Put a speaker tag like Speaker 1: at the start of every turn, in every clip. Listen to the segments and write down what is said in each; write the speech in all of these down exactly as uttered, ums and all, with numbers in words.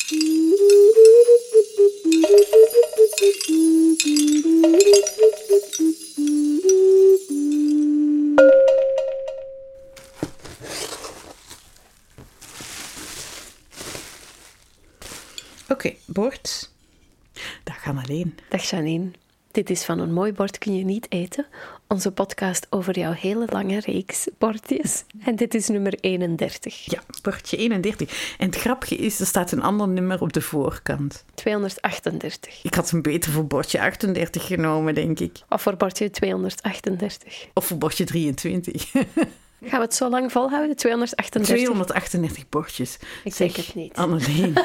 Speaker 1: Oké, okay, bord. Dag Annelien.
Speaker 2: Dag Janine. Dit is Van een mooi bord kun je niet eten. Onze podcast over jouw hele lange reeks bordjes. En dit is nummer eenendertig.
Speaker 1: Ja, bordje eenendertig. En het grappige is, er staat een ander nummer op de voorkant.
Speaker 2: tweehonderdachtendertig.
Speaker 1: Ik had hem beter voor bordje achtendertig genomen, denk ik.
Speaker 2: Of voor bordje tweehonderdachtendertig.
Speaker 1: Of voor bordje drieëntwintig.
Speaker 2: Gaan we het zo lang volhouden? tweehonderdachtendertig?
Speaker 1: tweehonderdachtendertig bordjes.
Speaker 2: Ik zeg, denk het niet.
Speaker 1: Annelien.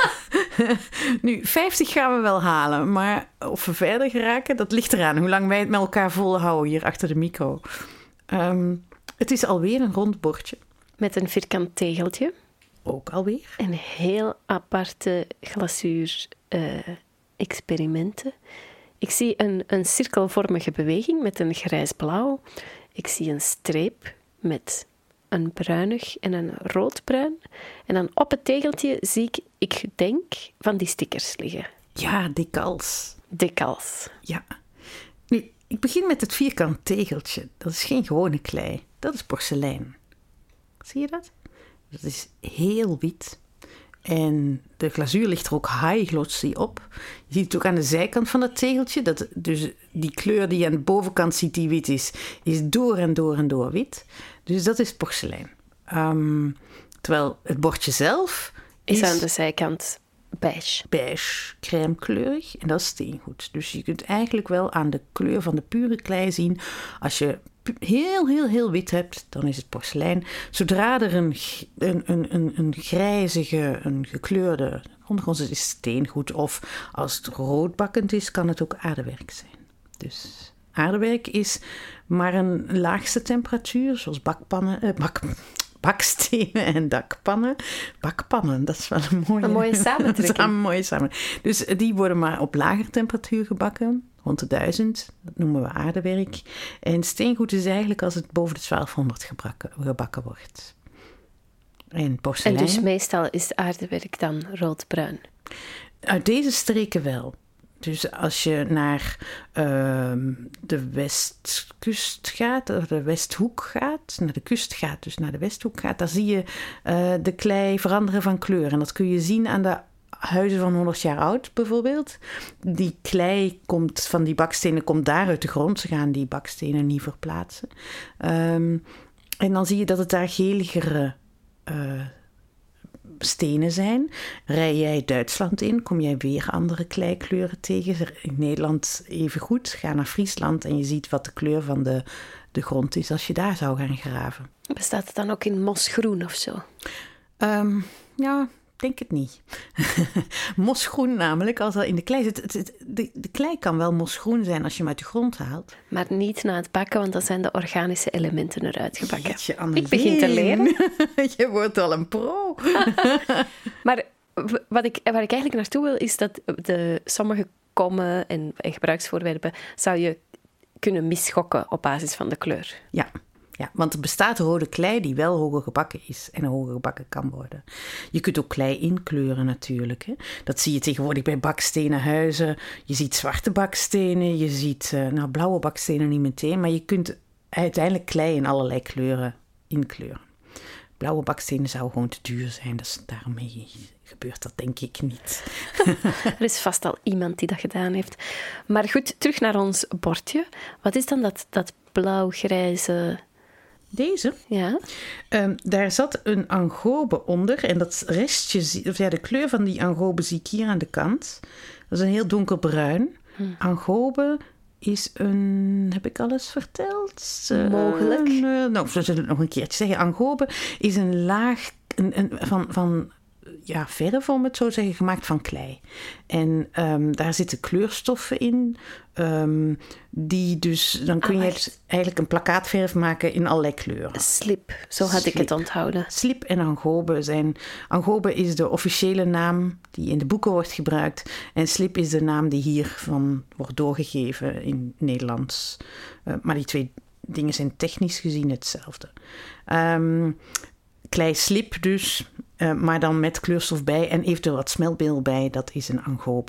Speaker 1: Nu, vijftig gaan we wel halen, maar of we verder geraken, dat ligt eraan. Hoe lang wij het met elkaar volhouden hier achter de micro. Um, het is alweer een rond bordje.
Speaker 2: Met een vierkant tegeltje.
Speaker 1: Ook alweer.
Speaker 2: En heel aparte glazuur uh, experimenten. Ik zie een, een cirkelvormige beweging met een grijs-blauw. Ik zie een streep met een bruinig en een roodbruin. En dan op het tegeltje zie ik, ik denk, van die stickers liggen.
Speaker 1: Ja, decals.
Speaker 2: Decals.
Speaker 1: Ja. Nu, ik begin met het vierkant tegeltje. Dat is geen gewone klei. Dat is porselein. Zie je dat? Dat is heel wit. En de glazuur ligt er ook high glossy op. Je ziet het ook aan de zijkant van het tegeltje. Dat dus die kleur die je aan de bovenkant ziet die wit is, is door en door en door wit. Dus dat is porselein. Um, terwijl het bordje zelf
Speaker 2: is, is aan de zijkant beige.
Speaker 1: Beige, crème kleurig. En dat is steengoed. Dus je kunt eigenlijk wel aan de kleur van de pure klei zien. Als je heel, heel, heel wit hebt, dan is het porselein. Zodra er een, een, een, een grijzige, een gekleurde ondergrond is, is steengoed. Of als het roodbakkend is, kan het ook aardewerk zijn. Dus aardewerk is maar een laagste temperatuur, zoals bakpannen, eh, bak, bakstenen en dakpannen. Bakpannen, dat is wel een mooie,
Speaker 2: een mooie samentrekking.
Speaker 1: een mooie samen. Dus die worden maar op lager temperatuur gebakken. Rond de duizend, dat noemen we aardewerk. En steengoed is eigenlijk als het boven de twaalfhonderd gebakken, gebakken wordt. En porselein.
Speaker 2: En dus meestal is aardewerk dan roodbruin?
Speaker 1: Uit deze streken wel. Dus als je naar uh, de westkust gaat, of de westhoek gaat, naar de kust gaat, dus naar de westhoek gaat, dan zie je uh, de klei veranderen van kleur. En dat kun je zien aan de huizen van honderd jaar oud bijvoorbeeld. Die klei komt van die bakstenen komt daar uit de grond. Ze gaan die bakstenen niet verplaatsen. Um, en dan zie je dat het daar geligere uh, stenen zijn. Rij jij Duitsland in, kom jij weer andere kleikleuren tegen. In Nederland even goed. Ga naar Friesland en je ziet wat de kleur van de, de grond is als je daar zou gaan graven.
Speaker 2: Bestaat het dan ook in mosgroen of zo?
Speaker 1: Um, ja... denk het niet. Mosgroen namelijk, als er in de klei zit... Het, het, de, de klei kan wel mosgroen zijn als je hem uit de grond haalt.
Speaker 2: Maar niet na het bakken, want dan zijn de organische elementen eruit gebakken.
Speaker 1: Jeetje,
Speaker 2: ik begin te leren.
Speaker 1: Je wordt al een pro.
Speaker 2: Maar wat ik, waar ik eigenlijk naartoe wil, is dat de, sommige kommen en, en gebruiksvoorwerpen zou je kunnen misgokken op basis van de kleur.
Speaker 1: Ja. Ja, want er bestaat rode klei die wel hoger gebakken is en hoger gebakken kan worden. Je kunt ook klei inkleuren natuurlijk. Hè. Dat zie je tegenwoordig bij bakstenen huizen. Je ziet zwarte bakstenen, je ziet uh, nou, blauwe bakstenen niet meteen. Maar je kunt uiteindelijk klei in allerlei kleuren inkleuren. Blauwe bakstenen zou gewoon te duur zijn, dus daarmee gebeurt dat denk ik niet.
Speaker 2: Er is vast al iemand die dat gedaan heeft. Maar goed, terug naar ons bordje. Wat is dan dat, dat blauw-grijze...
Speaker 1: Deze?
Speaker 2: Ja.
Speaker 1: Um, daar zat een angobe onder. En dat restje, of ja, de kleur van die angobe zie ik hier aan de kant. Dat is een heel donkerbruin. Hm. Angobe is een... Heb ik alles verteld?
Speaker 2: Mogelijk.
Speaker 1: Uh, uh, nou, we zullen het nog een keertje zeggen. Angobe is een laag een, een, van... van ja, verf, om het zo te zeggen, gemaakt van klei. En um, daar zitten kleurstoffen in. Um, die dus, dan kun ah, je het, eigenlijk een plakkaatverf maken in allerlei kleuren.
Speaker 2: Slip, zo had Slip. ik het onthouden.
Speaker 1: Slip en angobe zijn... Angobe is de officiële naam die in de boeken wordt gebruikt. En slip is de naam die hiervan wordt doorgegeven in Nederlands. Uh, maar die twee dingen zijn technisch gezien hetzelfde. Um, klei slip dus... Uh, maar dan met kleurstof bij en eventueel wat smeltmiddel bij. Dat is een engobe.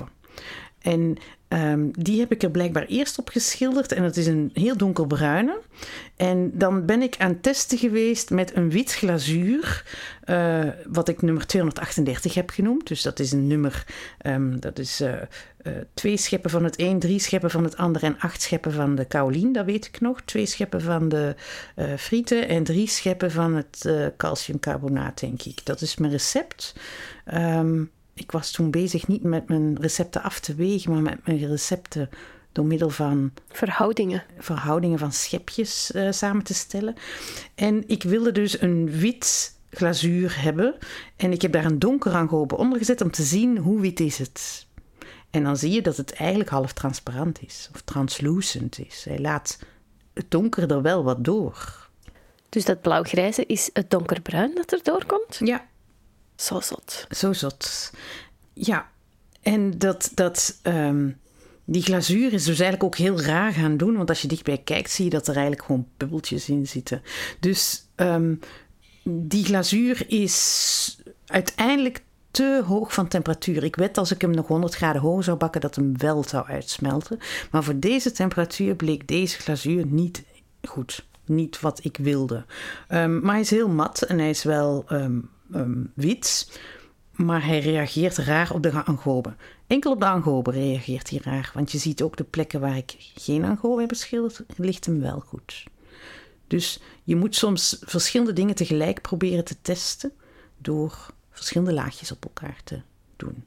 Speaker 1: En um, die heb ik er blijkbaar eerst op geschilderd. En dat is een heel donkerbruine. En dan ben ik aan het testen geweest met een wit glazuur. Uh, wat ik nummer tweehonderdachtendertig heb genoemd. Dus dat is een nummer... Um, dat is uh, uh, twee scheppen van het een, drie scheppen van het ander... en acht scheppen van de kaolien, dat weet ik nog. Twee scheppen van de uh, frieten en drie scheppen van het uh, calciumcarbonaat, denk ik. Dat is mijn recept. Um, Ik was toen bezig niet met mijn recepten af te wegen, maar met mijn recepten door middel van...
Speaker 2: Verhoudingen.
Speaker 1: Verhoudingen van schepjes uh, samen te stellen. En ik wilde dus een wit glazuur hebben. En ik heb daar een donker engobe onder gezet om te zien hoe wit is het. En dan zie je dat het eigenlijk half transparant is. Of translucent is. Hij laat het donker er wel wat door.
Speaker 2: Dus dat blauw-grijze is het donkerbruin dat er doorkomt?
Speaker 1: Ja.
Speaker 2: Zo zot.
Speaker 1: Zo zot. Ja, en dat, dat, um, die glazuur is dus eigenlijk ook heel raar gaan doen. Want als je dichtbij kijkt, zie je dat er eigenlijk gewoon bubbeltjes in zitten. Dus um, die glazuur is uiteindelijk te hoog van temperatuur. Ik weet als ik hem nog honderd graden hoger zou bakken, dat hem wel zou uitsmelten. Maar voor deze temperatuur bleek deze glazuur niet goed. Niet wat ik wilde. Um, maar hij is heel mat en hij is wel... Um, Um, wit, maar hij reageert raar op de engobe. Enkel op de engobe reageert hij raar, want je ziet ook de plekken waar ik geen engobe heb beschilderd, ligt hem wel goed. Dus je moet soms verschillende dingen tegelijk proberen te testen door verschillende laagjes op elkaar te doen.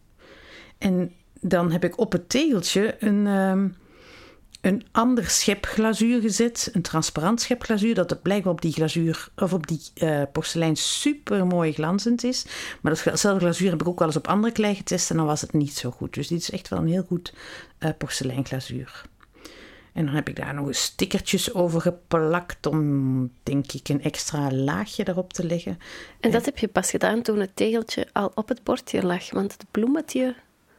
Speaker 1: En dan heb ik op het tegeltje een... Um, een ander schepglazuur gezet, een transparant schepglazuur, dat het blijkbaar op die glazuur of op die uh, porselein super mooi glanzend is. Maar datzelfde glazuur heb ik ook wel eens op andere klei getest en dan was het niet zo goed. Dus dit is echt wel een heel goed uh, porseleinglazuur. En dan heb ik daar nog eens stickertjes over geplakt om, denk ik, een extra laagje erop te leggen.
Speaker 2: En dat en... heb je pas gedaan toen het tegeltje al op het bordje lag, want het bloemetje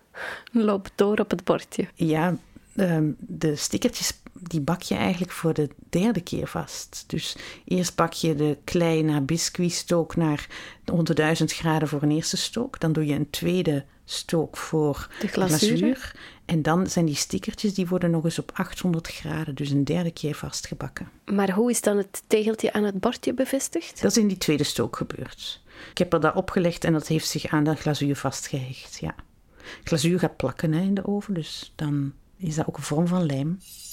Speaker 2: loopt door op het bordje.
Speaker 1: Ja, Um, de stickertjes die bak je eigenlijk voor de derde keer vast. Dus eerst bak je de klei naar biscuitstook naar rond de duizend graden voor een eerste stook. Dan doe je een tweede stook voor de glazuur. glazuur. En dan zijn die stickertjes, die worden nog eens op achthonderd graden, dus een derde keer vastgebakken.
Speaker 2: Maar hoe is dan het tegeltje aan het bordje bevestigd?
Speaker 1: Dat is in die tweede stook gebeurd. Ik heb er dat opgelegd en dat heeft zich aan de glazuur vastgehecht, ja. Glazuur gaat plakken hè, in de oven, dus dan... is dat ook een vorm van lijm.